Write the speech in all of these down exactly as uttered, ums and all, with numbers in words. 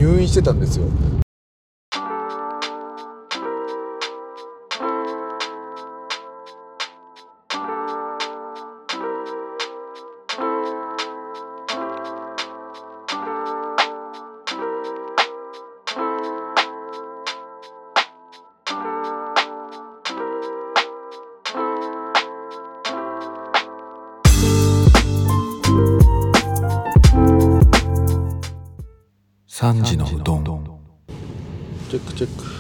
入院してたんですよ。 さんじのうどん。 チェックチェック。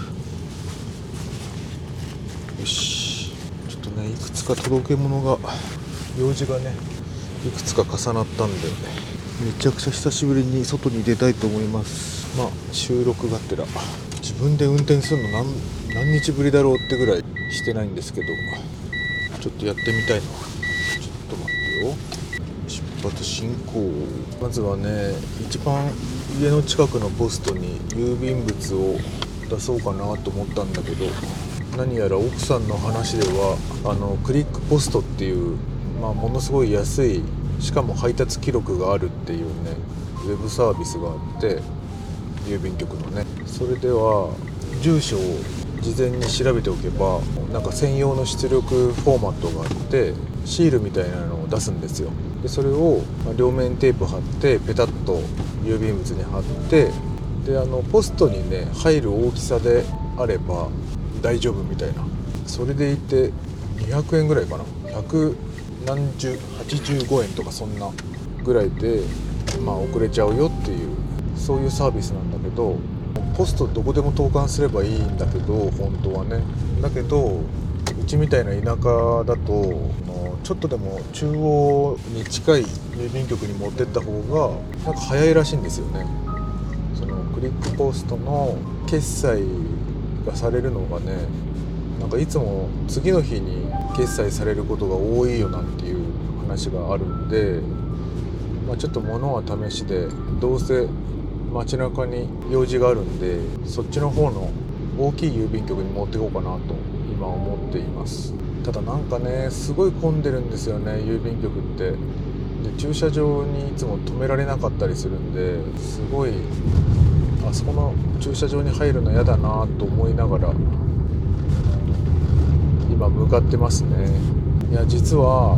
よし、ちょっとね、いくつか届け物が用事がねいくつか重なったんで、めちゃくちゃ久しぶりに外に出たいと思います。まあ収録がてら自分で運転するの 何, 何日ぶりだろうってぐらいしてないんですけど、ちょっとやってみたいな。ちょっと待ってよ。出発進行。まずはね、一番家の近くのポストに郵便物を出そうかなと思ったんだけど、何やら奥さんの話ではあのクリックポストっていう、まあ、ものすごい安い、しかも配達記録があるっていうねウェブサービスがあって、郵便局のね、それでは住所を事前に調べておけば、なんか専用の出力フォーマットがあってシールみたいなのを出すんですよ。でそれを両面テープ貼ってペタッと郵便物に貼って、であのポストにね入る大きさであれば大丈夫みたいな。それでいてにひゃくえんぐらいかな、ひゃくなんじゅうはちじゅうごえんとかそんなぐらいで、まあ遅れちゃうよっていう、そういうサービスなんだけど、ポストどこでも投函すればいいんだけど本当はね、だけどうちみたいな田舎だとちょっとでも中央に近い郵便局に持ってった方がなんか早いらしいんですよね。そのクリックポストの決済がされるのがね、なんかいつも次の日に決済されることが多いよなんていう話があるんで、まあ、ちょっと物は試しで、どうせ街中に用事があるんでそっちの方の大きい郵便局に持っていこうかなと今思っています。ただなんかねすごい混んでるんですよね、郵便局って。で駐車場にいつも止められなかったりするんで、すごいあそこの駐車場に入るの嫌だなと思いながら今向かってますね。いや実は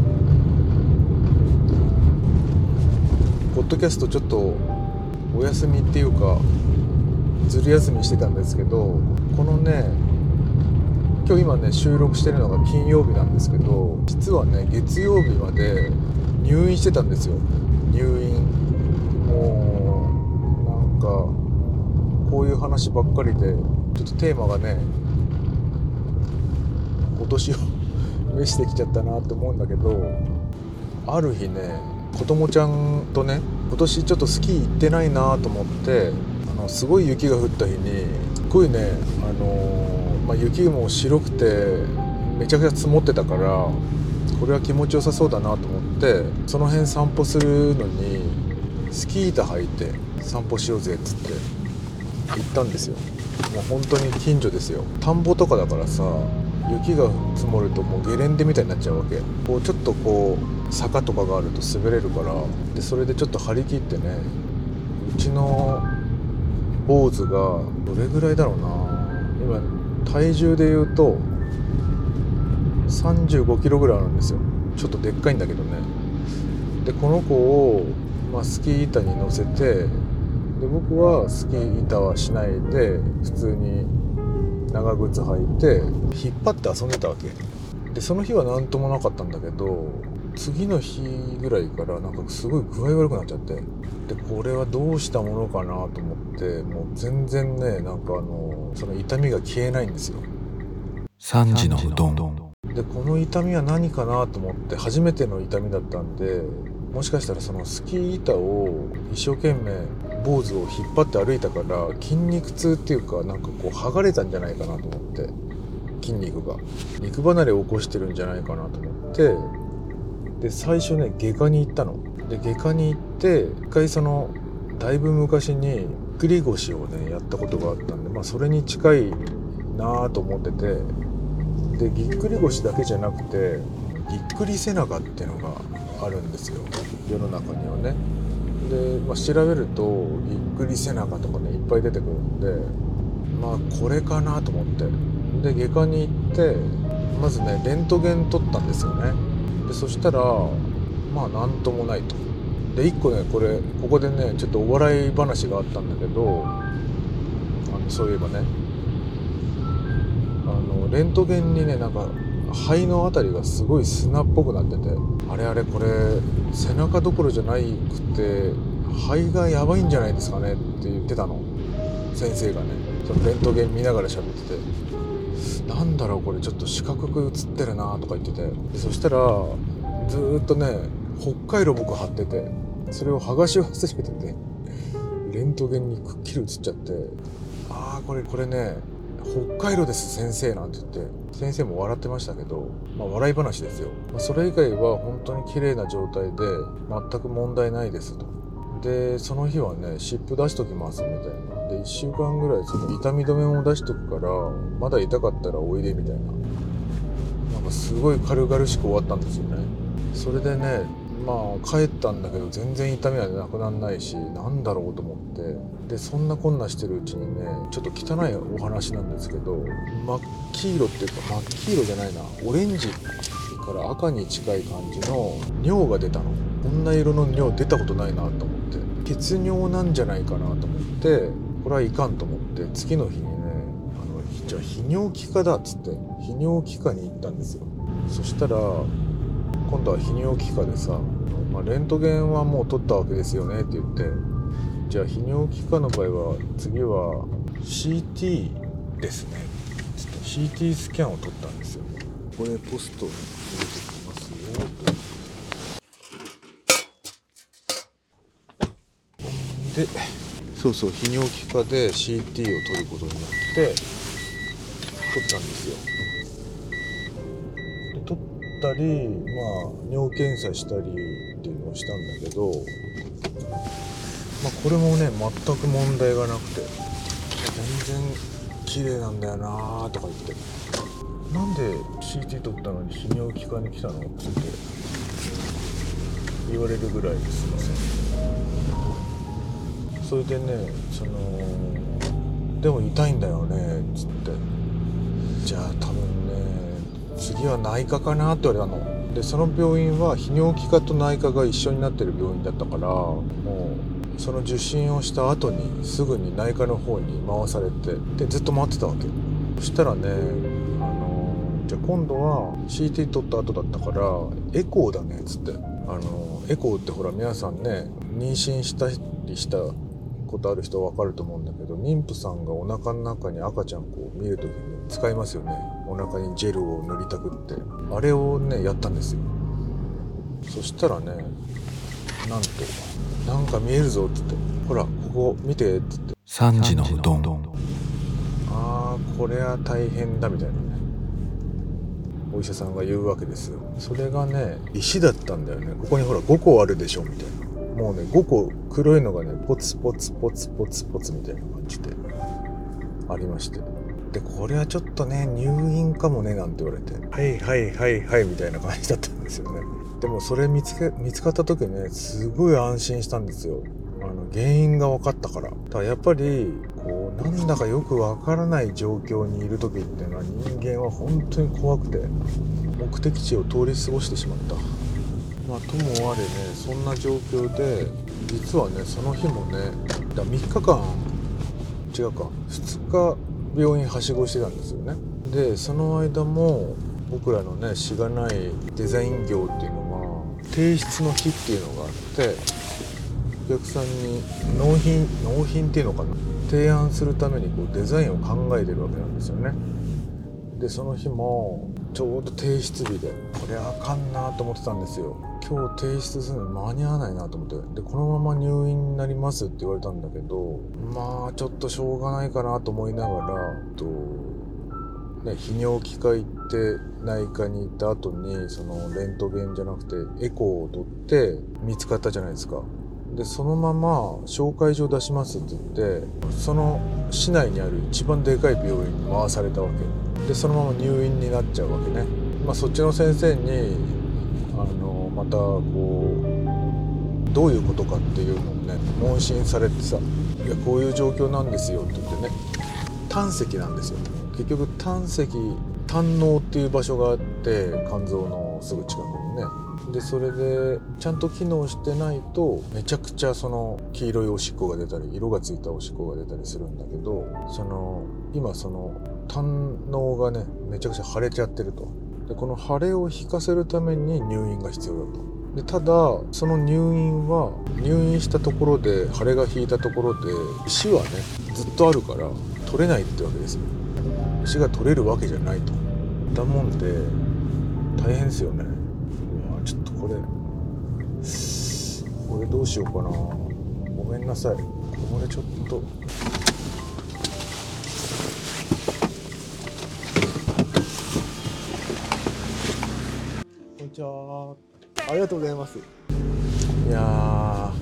ポッドキャストちょっとお休みっていうかずる休みしてたんですけど、このね今日今ね収録してるのが金曜日なんですけど、実はね月曜日まで入院してたんですよ。入院もうなんかこういう話ばっかりでちょっとテーマがね今年を召してきちゃったなって思うんだけど、ある日ね子供ちゃんとね、今年ちょっとスキー行ってないなと思って、あのすごい雪が降った日にすごいね、あのーまあ、雪も白くてめちゃくちゃ積もってたから、これは気持ちよさそうだなと思ってその辺散歩するのにスキー板履いて散歩しようぜっつって行ったんですよ。もう本当に近所ですよ。田んぼとかだからさ、雪が積もるともうゲレンデみたいになっちゃうわけ。こうちょっとこう坂とかがあると滑れるから、でそれでちょっと張り切ってね、うちの坊主がどれぐらいだろうな、今体重で言うとさんじゅうごキロぐらいあるんですよ。ちょっとでっかいんだけどね。でこの子を、まあ、スキー板に乗せて、で僕はスキー板はしないで普通に長靴履いて引っ張って遊んでたわけで、その日は何ともなかったんだけど、次の日ぐらいからなんかすごい具合悪くなっちゃって、でこれはどうしたものかなと思って、もう全然ね、なんかあのその痛みが消えないんですよ。 さんじのうどん。 でこの痛みは何かなと思って、初めての痛みだったんで、もしかしたらそのスキー板を一生懸命坊主を引っ張って歩いたから筋肉痛っていうか、なんかこう剥がれたんじゃないかなと思って、筋肉が肉離れを起こしてるんじゃないかなと思って、で最初ね外科に行ったの。で外科に行って一回そのだいぶ昔にぎっくり腰をねやったことがあったんで、まあそれに近いなと思ってて、でぎっくり腰だけじゃなくてぎっくり背中っていうのがあるんですよ、世の中にはね。 で、まあ、調べるとぎっくり背中とかねいっぱい出てくるんで、まあこれかなと思って、で外科に行ってまずねレントゲン撮ったんですよね。でそしたらまあなんともないと。でいっこねこれここでねちょっとお笑い話があったんだけど、あのそういえばねあのレントゲンにねなんか肺のあたりがすごい砂っぽくなってて、あれあれこれ背中どころじゃないくて肺がやばいんじゃないですかねって言ってたの、先生がね。そのレントゲン見ながら喋ってて、なんだろうこれちょっと四角く写ってるなとか言ってて、でそしたらずーっとね北海道僕貼ってて、それを剥がし忘れててレントゲンにくっきり写っちゃって、ああこれこれね北海道です先生なんて言って、先生も笑ってましたけど、まあ笑い話ですよ。まあ、それ以外は本当に綺麗な状態で全く問題ないですと。でその日はね湿布出しときますみたいな。でいっしゅうかんぐらいその痛み止めも出しとくからまだ痛かったらおいでみたいな、なんかすごい軽々しく終わったんですよね。それでねまあ帰ったんだけど全然痛みはなくならないし、なんだろうと思って、でそんなこんなしてるうちにねちょっと汚いお話なんですけど、真っ黄色っていうか真っ黄色じゃないな、オレンジから赤に近い感じの尿が出たの。こんな色の尿出たことないなと思って、血尿なんじゃないかなと思って、これはいかんと思って次の日にね、あのじゃあ泌尿器科だっつって泌尿器科に行ったんですよ。そしたら今度は泌尿器科でさ、まあ、レントゲンはもう取ったわけですよねって言って、じゃあ泌尿器科の場合は次は シーティー ですねつって シーティー スキャンを取ったんですよ。これポストに入れてきますよ。でそうそう泌尿器科で シーティー を取ることになって取ったんですよ。で取ったりまあ尿検査したりっていうのをしたんだけど、まあ、これもね全く問題がなくて、全然綺麗なんだよなーとか言って、なんで シーティー 取ったのに泌尿器科に来たのって言われるぐらいですいません。それでねそのでも痛いんだよねっつって、じゃあ多分ね次は内科かなって言われたので、その病院は泌尿器科と内科が一緒になってる病院だったから、もうその受診をした後にすぐに内科の方に回されて、でずっと待ってたわけ。そしたらねあのじゃあ今度は シーティー 取った後だったからエコーだねっつって、あのエコーってほら皆さんね妊娠したりしたことある人は分かると思うんだけど、妊婦さんがお腹の中に赤ちゃんこう見るときに使いますよね。お腹にジェルを塗りたくって、あれをねやったんですよ。そしたらねなんとなんか見えるぞっつって、ほらここ見てっつって、 三時のうどん。 あーこれは大変だみたいなねお医者さんが言うわけですよ。それがね石だったんだよね。ここにほらごこあるでしょみたいな、もうねごこ黒いのがねポツポツポツポツポツみたいな感じでありまして、でこれはちょっとね入院かもねなんて言われて、はいはいはいはいみたいな感じだったんですよね。でもそれ見つけ見つかった時ねすごい安心したんですよ。あの原因が分かったから。ただやっぱりこうなんだかよく分からない状況にいる時っていうのは人間は本当に怖くて目的地を通り過ごしてしまった。まあともあれねそんな状況で、実はねその日もねだみっかかん違うかふつか病院はしごしてたんですよね。でその間も僕らのねしがないデザイン業っていうのは提出の日っていうのがあって、お客さんに納品納品っていうのかな、提案するためにこうデザインを考えてるわけなんですよね。でその日もちょうど提出日で、これあかんなと思ってたんですよ。今日提出するのに間に合わないなと思って、でこのまま入院になりますって言われたんだけど、まあちょっとしょうがないかなと思いながらと、ね、泌尿器科行って内科に行った後にそのレントゲンじゃなくてエコーを取って見つかったじゃないですか。でそのまま紹介状出しますって言って、その市内にある一番でかい病院に回されたわけで、そのまま入院になっちゃうわけね。まあそっちの先生にあのまたこどういうことかっていうのをね問診されてさ、いやこういう状況なんですよって言ってね、胆石なんですよ。結局胆石胆のうっていう場所があって、肝臓のすぐ近くにね。でそれでちゃんと機能してないとめちゃくちゃその黄色いおしっこが出たり色がついたおしっこが出たりするんだけど、その今その胆のうがねめちゃくちゃ腫れちゃってると。でこの腫れを引かせるために入院が必要だと。でただその入院は入院したところで腫れが引いたところで石はねずっとあるから取れないってわけですよ。石が取れるわけじゃないと。だもんで大変ですよね。ちょっとこれこれどうしようかな、ごめんなさい。これちょっとこんにちは、ありがとうございます。いやー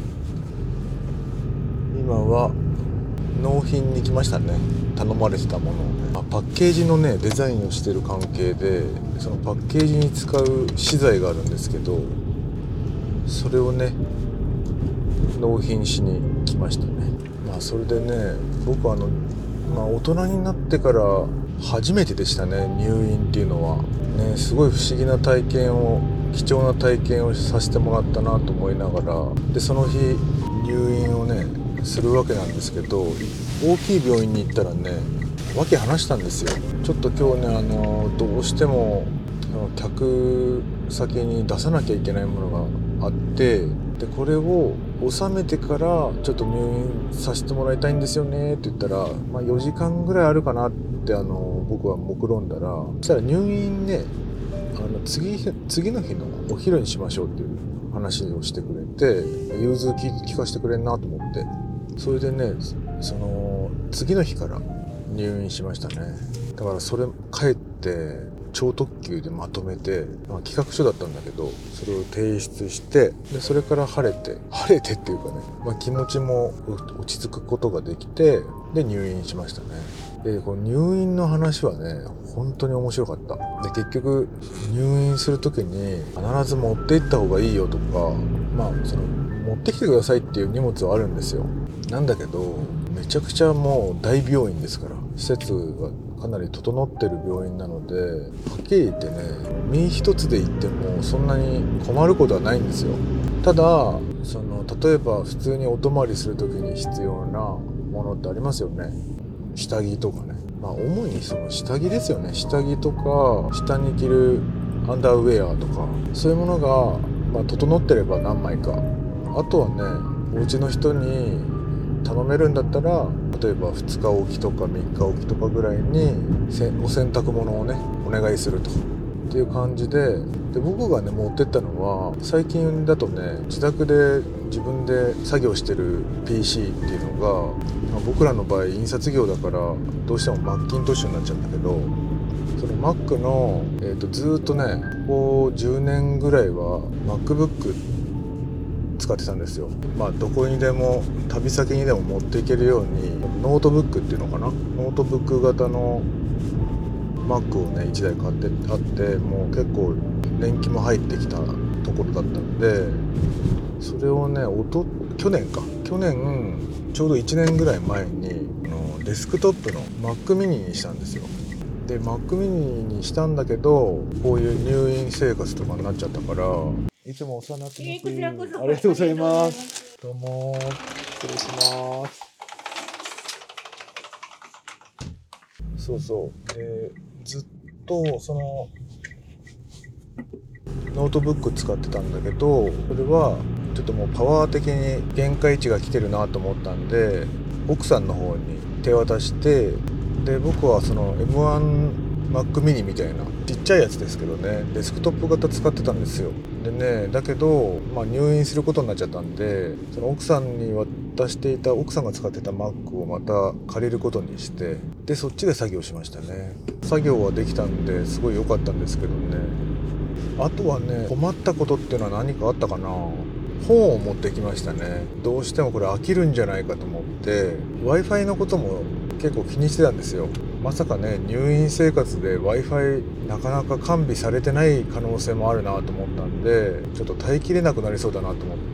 今は納品に来ましたね。頼まれてたものをね、あパッケージのねデザインをしてる関係でそのパッケージに使う資材があるんですけど、それをね納品しに来ましたね。まあそれでね僕はあの、まあ、大人になってから初めてでしたね、入院っていうのはね。すごい不思議な体験を貴重な体験をさせてもらったなと思いながら、でその日入院をねするわけなんですけど、大きい病院に行ったらね訳話したんですよ。ちょっと今日ねあのどうしても客先に出さなきゃいけないものがあって、でこれを収めてからちょっと入院させてもらいたいんですよねって言ったら、まあ、よじかんぐらいあるかなってあの僕は目論んだら、そしたら入院ねあの 次, 次の日のお昼にしましょうっていう話をしてくれて、融通聞かせてくれんなと思って、それでねその次の日から入院しましたね。だからそれ帰って超特急でまとめて、まあ、企画書だったんだけどそれを提出して、でそれから晴れて晴れてっていうかね、まあ、気持ちも落ち着くことができて、で入院しましたね。でこの入院の話はね本当に面白かった。で結局入院する時に必ず持って行った方がいいよとか、まあその持ってきてくださいっていう荷物はあるんですよ。なんだけどめちゃくちゃもう大病院ですから、施設がかなり整ってる病院なので、はっきり言ってね身一つで行ってもそんなに困ることはないんですよ。ただその例えば普通にお泊まりする時に必要なものってありますよね。下着とかね、まあ主にその下着ですよね。下着とか下に着るアンダーウェアとかそういうものが、まあ、整ってれば何枚か、あとはねお家の人に頼めるんだったら例えばふつかおきとかみっかおきとかぐらいにお洗濯物をねお願いするとっていう感じで、で僕がね持ってったのは最近だとね自宅で自分で作業してる ピーシー っていうのが、まあ、僕らの場合印刷業だからどうしてもマッキントッシュになっちゃうんだけど、その Mac の、えーと、ずーっとねここじゅうねんぐらいは MacBook使ってたんですよ。まあどこにでも旅先にでも持っていけるようにノートブックっていうのかな、ノートブック型の Mac をねいちだい買ってあって、もう結構年季も入ってきたところだったんで、それをねおと去年か去年ちょうどいちねんぐらい前にあのデスクトップの Mac mini にしたんですよ。で Mac mini にしたんだけどこういう入院生活とかになっちゃったから、いつもお世話になってます。 えーこちらこそありがとうございます。どうも失礼します。そうそう、えー、ずっとそのノートブック使ってたんだけど、それはちょっともうパワー的に限界値が来てるなと思ったんで奥さんの方に手渡して、で僕はその エムワン Mac mini みたいなちっちゃいやつですけどねデスクトップ型使ってたんですよ。でねだけど、まあ、入院することになっちゃったんで、その奥さんに渡していた奥さんが使ってた Mac をまた借りることにして、でそっちで作業しましたね。作業はできたんですごい良かったんですけどね。あとはね困ったことっていうのは何かあったかな。本を持ってきましたね。どうしてもこれ飽きるんじゃないかと思って Wi-Fi のことも結構気にしてたんですよ。まさかね入院生活で Wi-Fi なかなか完備されてない可能性もあるなと思ったんで、ちょっと耐えきれなくなりそうだなと思って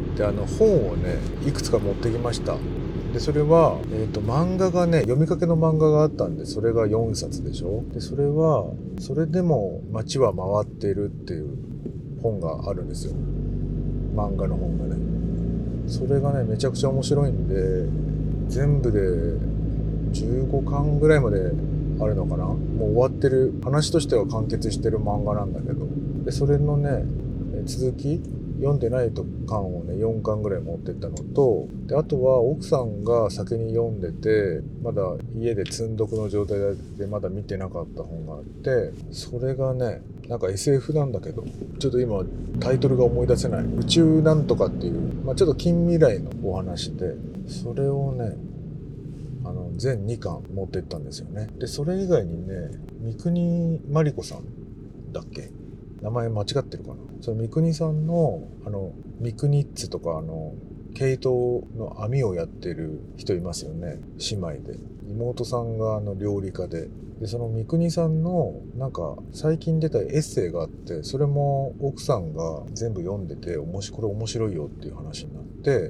であの本をねいくつか持ってきました。でそれは、えーと、漫画がね読みかけの漫画があったんで、それがよんさつでしょ。でそれはそれでも街は回っているっていう本があるんですよ、漫画の本がね。それがねめちゃくちゃ面白いんで、全部でじゅうごかんぐらいまであるのかな。もう終わってる、話としては完結してる漫画なんだけど、でそれのね続き読んでないと巻をねよんかんぐらい持ってったのと、であとは奥さんが先に読んでて、まだ家で積んどくの状態でまだ見てなかった本があって、それがねなんか エスエフ なんだけど、ちょっと今タイトルが思い出せない、宇宙なんとかっていう、まあ、ちょっと近未来のお話で、それをねあの全にかん持ってったんですよね。でそれ以外にね三國真理子さんだっけ、名前間違ってるかな。その三國さんのあのミクニッツとかあの毛糸の網をやってる人いますよね、姉妹で。妹さんがあの料理家で、でその三國さんのなんか最近出たエッセイがあって、それも奥さんが全部読んでて、おもしこれ面白いよっていう話になって、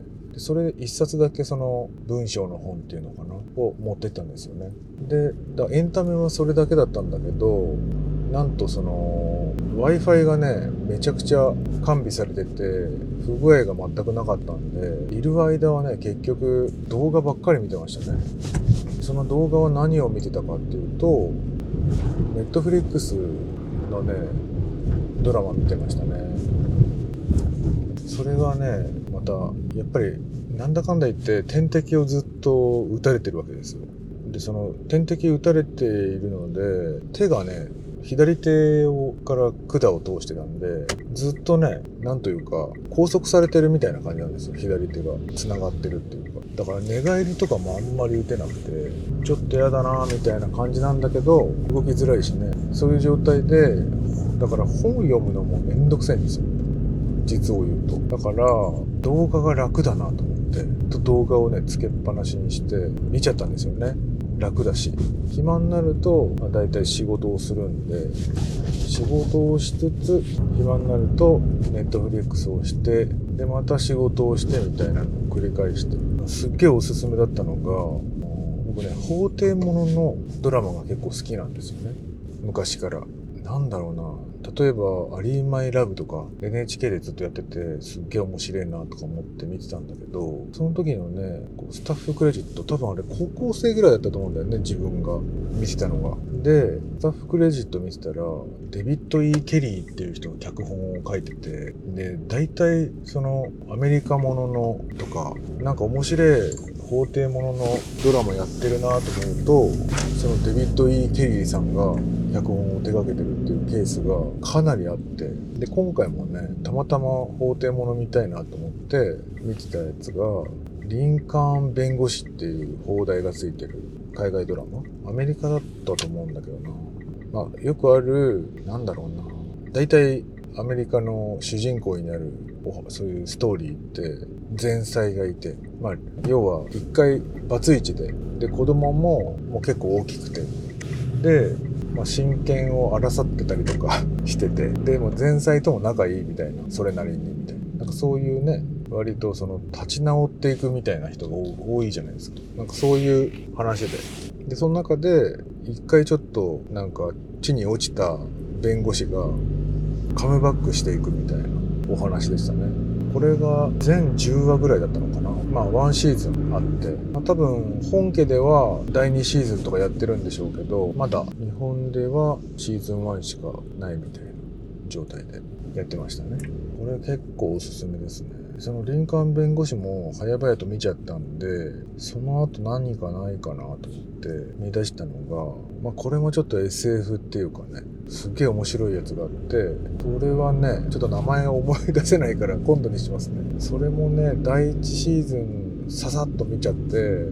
でそれで一冊だけその文章の本っていうのかなを持ってったんですよね。でだエンタメはそれだけだったんだけど、なんとその Wi-Fi がねめちゃくちゃ完備されてて、不具合が全くなかったんで、いる間はね結局動画ばっかり見てましたね。その動画は何を見てたかっていうと、Netflix のねドラマ見てましたね。それがねまたやっぱりなんだかんだ言って点滴をずっと打たれてるわけですよ。でその点滴打たれているので、手がね左手をから管を通してたんで、ずっとねなんというか拘束されてるみたいな感じなんですよ、左手が繋がってるっていうか。だから寝返りとかもあんまり打てなくて、ちょっとやだなみたいな感じなんだけど、動きづらいしね、そういう状態で、だから本読むのもめんどくさいんですよ、実を言うと。だから動画が楽だなと思って動画をねつけっぱなしにして見ちゃったんですよね。楽だし、暇になると、まあ、だいたい仕事をするんで、仕事をしつつ暇になるとネットフリックスをして、でまた仕事をしてみたいなのを繰り返して、すっげえおすすめだったのが、僕ね法廷もののドラマが結構好きなんですよね、昔から。なんだろうな、例えばアリーマイラブとか エヌエイチケー でずっとやってて、すっげえ面白いなとか思って見てたんだけど、その時のねこうスタッフクレジット、多分あれ高校生ぐらいだったと思うんだよね、自分が見てたのが。でスタッフクレジット見てたら、デビッド・イー・ケリーっていう人が脚本を書いてて、で大体そのアメリカもののとかなんか面白い法廷もののドラマやってるなと思うと、そのデビッド・イー・ケリーさんが脚本を手掛けてるっていうケースがかなりあって、で今回もねたまたま法廷もの見たいなと思って見てたやつが、リンカーン弁護士っていう邦題がついてる海外ドラマ、アメリカだったと思うんだけどな。まあよくある、なんだろうな、大体アメリカの主人公になるそういうストーリーって前妻がいて、まあ要は一回バツイチで、で子供ももう結構大きくて、で、まあ、親権を争ってたりとかしてて、でも前妻とも仲いいみたいな、それなりにみたいな、なんかそういうね割とその立ち直っていくみたいな人が多いじゃないですか。なんかそういう話で、でその中で一回ちょっとなんか地に落ちた弁護士がカムバックしていくみたいなお話でしたね。これが全じゅうわぐらいだったのかな。まあワンシーズンあって、まあ、多分本家ではだいにシーズンとかやってるんでしょうけど、まだ日本ではシーズンワンしかないみたいな状態でやってましたね。これ結構おすすめですね。そのリンカーン弁護士も早々と見ちゃったんで、その後何かないかなと思って見出したのが、まあこれもちょっと エスエフ っていうかね、すっげえ面白いやつがあって、それはねちょっと名前を思い出せないから今度にしますね。それもねだいいちシーズンささっと見ちゃって、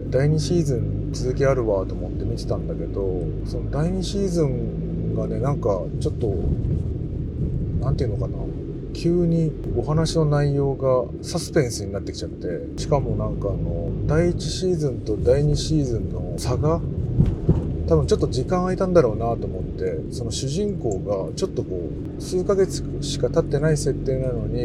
だいにシーズン続きあるわと思って見てたんだけど、そのだいにシーズンがねなんかちょっとなんていうのかな、急にお話の内容がサスペンスになってきちゃって、しかもなんかあのだいいちシーズンとだいにシーズンの差が多分ちょっと時間空いたんだろうなと思って、その主人公がちょっとこう数ヶ月しか経ってない設定なのに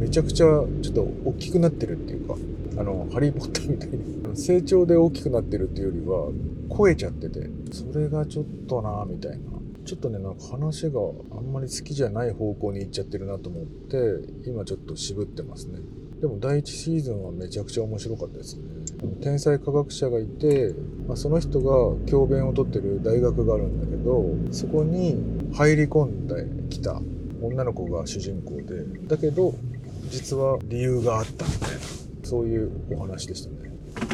めちゃくちゃちょっと大きくなってるっていうか、あのハリーポッターみたいに成長で大きくなってるっていうよりは超えちゃってて、それがちょっとなみたいな、ちょっとねなんか話があんまり好きじゃない方向に行っちゃってるなと思って今ちょっと渋ってますね。でもだいいちシーズンはめちゃくちゃ面白かったですね。天才科学者がいて、まあ、その人が教鞭をとってる大学があるんだけど、そこに入り込んできた女の子が主人公で、だけど実は理由があったみたいな、そういうお話でしたね。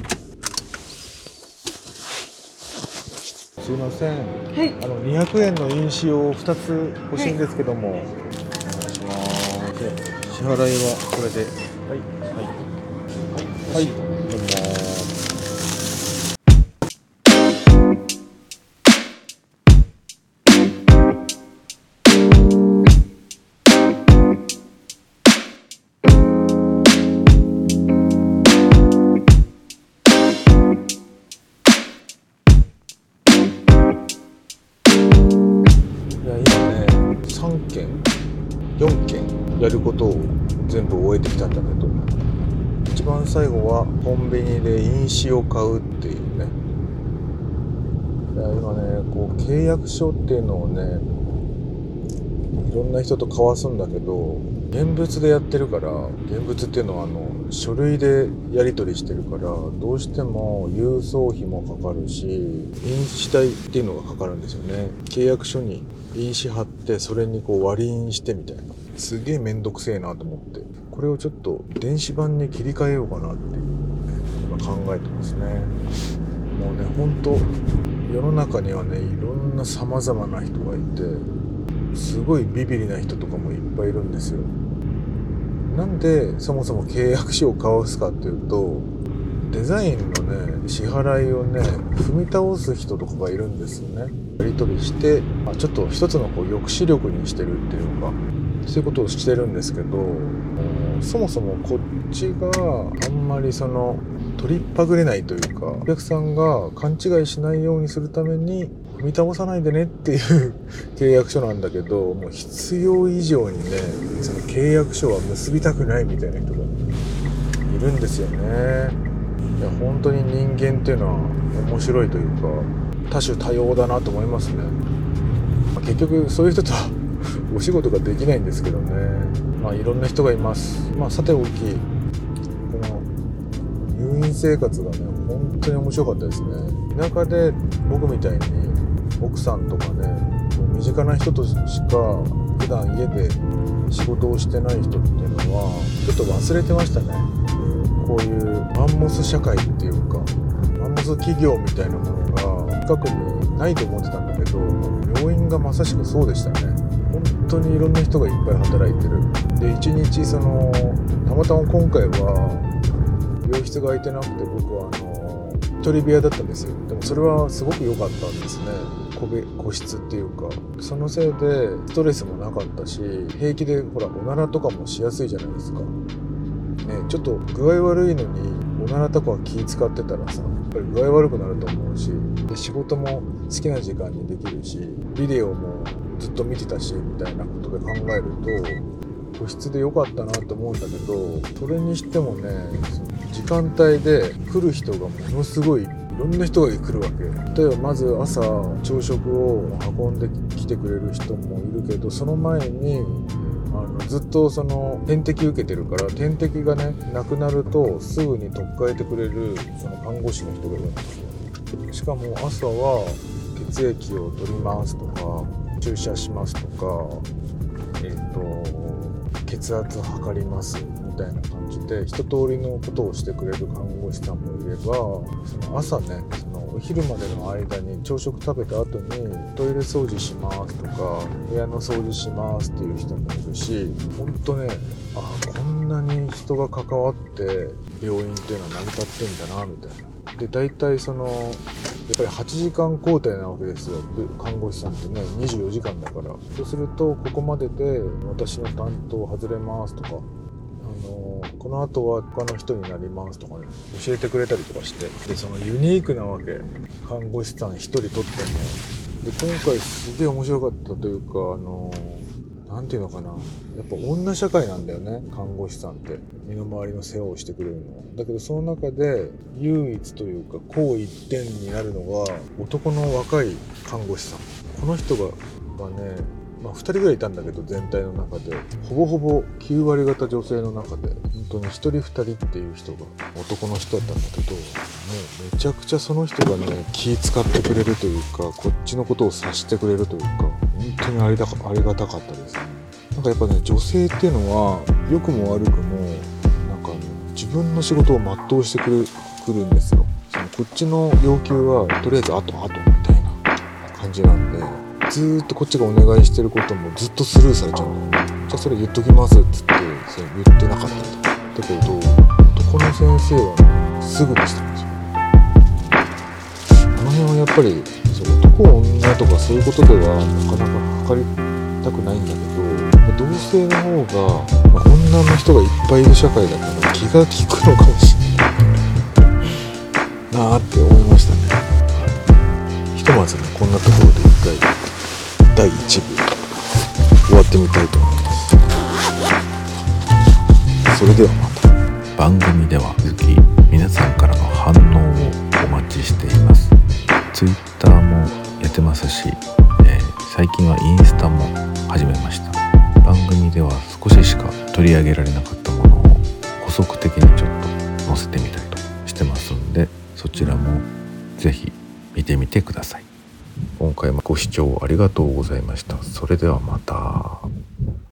すいません、はい、あのにひゃくえんの印紙をふたつ欲しいんですけども、はい、お願いします。支払いはこれで、はいはいはい、どうも。さんけんよんけんやることを全部終えてきたんだけど、一番最後はコンビニで印紙を買うっていうね。いや今ねこう契約書っていうのをねいろんな人と交わすんだけど、現物でやってるから、現物っていうのはあの書類でやり取りしてるから、どうしても郵送費もかかるし、印紙代っていうのがかかるんですよね。契約書に印紙貼ってそれにこう割り印してみたいな、すげえめんどくせえなと思って、これをちょっと電子版に切り替えようかなっていう、今考えてますね。もうねほんと世の中にはねいろんな様々な人がいて、すごいビビりな人とかもいっぱいいるんですよ。なんでそもそも契約書を交わすかっていうと、デザインのね支払いをね踏み倒す人とかがいるんですよね。やり取りして、まあ、ちょっと一つのこう抑止力にしてるっていうか、そういうことをしてるんですけど、そもそもこっちがあんまりその取りっぱぐれないというか、お客さんが勘違いしないようにするために踏み倒さないでねっていう契約書なんだけど、もう必要以上にねその契約書は結びたくないみたいな人がいるんですよね。いや本当に人間っていうのは面白いというか多種多様だなと思いますね。まあ、結局そういう人とはお仕事ができないんですけどね。まあいろんな人がいます。まあさておき、この入院生活がね本当に面白かったですね。田舎で僕みたいに奥さんとかね身近な人としか普段家で仕事をしてない人っていうのはちょっと忘れてましたね。こういうマンモス社会っていうかマンモス企業みたいなものが近くにないと思ってたんだけど、病院がまさしくそうでしたね。本当にいろんな人がいっぱい働いてる。で一日そのたまたま今回は病室が空いてなくて、僕はあの一人部屋だったんですよ。でもそれはすごく良かったんですね。個別個室っていうか、そのせいでストレスもなかったし、平気でほらおならとかもしやすいじゃないですか。ね、ちょっと具合悪いのにおならとか気使ってたらさ、やっぱり具合悪くなると思うし、で仕事も好きな時間にできるし、ビデオもずっと見てたしみたいなことで考えると個室で良かったなと思うんだけど、それにしてもね時間帯で来る人がものすごいいろんな人が来るわけ。例えばまず朝朝食を運んできてくれる人もいるけど、その前にあのずっとその点滴受けてるから、点滴がねなくなるとすぐに取っ替えてくれるその看護師の人がいるんですよ。しかも朝は血液を取りますとか注射しますとか、えっと血圧測りますみたいな感じで一通りのことをしてくれる看護師さんもいれば、その朝ねそのお昼までの間に朝食食べた後にトイレ掃除しますとか部屋の掃除しますっていう人もいるし、ほんとね、あこんなに人が関わって病院っていうのは成り立ってんだなみたいな。で大体そのやっぱりはちじかん交代なわけですよ、看護師さんってねにじゅうよじかんだから。そうするとここまでで私の担当外れますとか、あのこの後は他の人になりますとかね教えてくれたりとかして、でそのユニークなわけ、看護師さんひとりとっても。で今回すげえ面白かったというか、あのななんていうのかな、やっぱ女社会なんだよね、看護師さんって身の回りの世話をしてくれるのだけど、その中で唯一というか紅一点になるのが男の若い看護師さん。この人ががね、まあ、ふたりぐらいいたんだけど、全体の中でほぼほぼきゅうわり方女性の中で本当にひとりふたりっていう人が男の人だったんだけど、もうめちゃくちゃその人がね気使ってくれるというか、こっちのことを察してくれるというか、本当にありだかありがたかったですね。なんかやっぱね、女性っていうのは良くも悪くもなんか、ね、自分の仕事を全うしてくるくるんですよ。そのこっちの要求はとりあえずあとあとみたいな感じなんで、ずーっとこっちがお願いしてることもずっとスルーされちゃうんだよね。じゃあそれ言っときますっつってそれ言ってなかったりとか。だけど男の先生はねすぐにしたんですよ。あの辺はやっぱりそう男女とかそういうことではなかなか測りたくないんだけど、同性の方が、まあ、女の人がいっぱいいる社会だから気が利くのかもしれないなーって思いましたね。ひとまずね、こんなところで一回だいいち部終わってみたいと思います。それではまた。 番組では続き皆さんからの反応をお待ちしています。ツイッターもやってますし、えー、最近はインスタも始めました。番組では少ししか取り上げられなかったものを補足的にちょっと載せてみたりとしてますんで、そちらもぜひ見てみてください。今回もご視聴ありがとうございました。それではまた。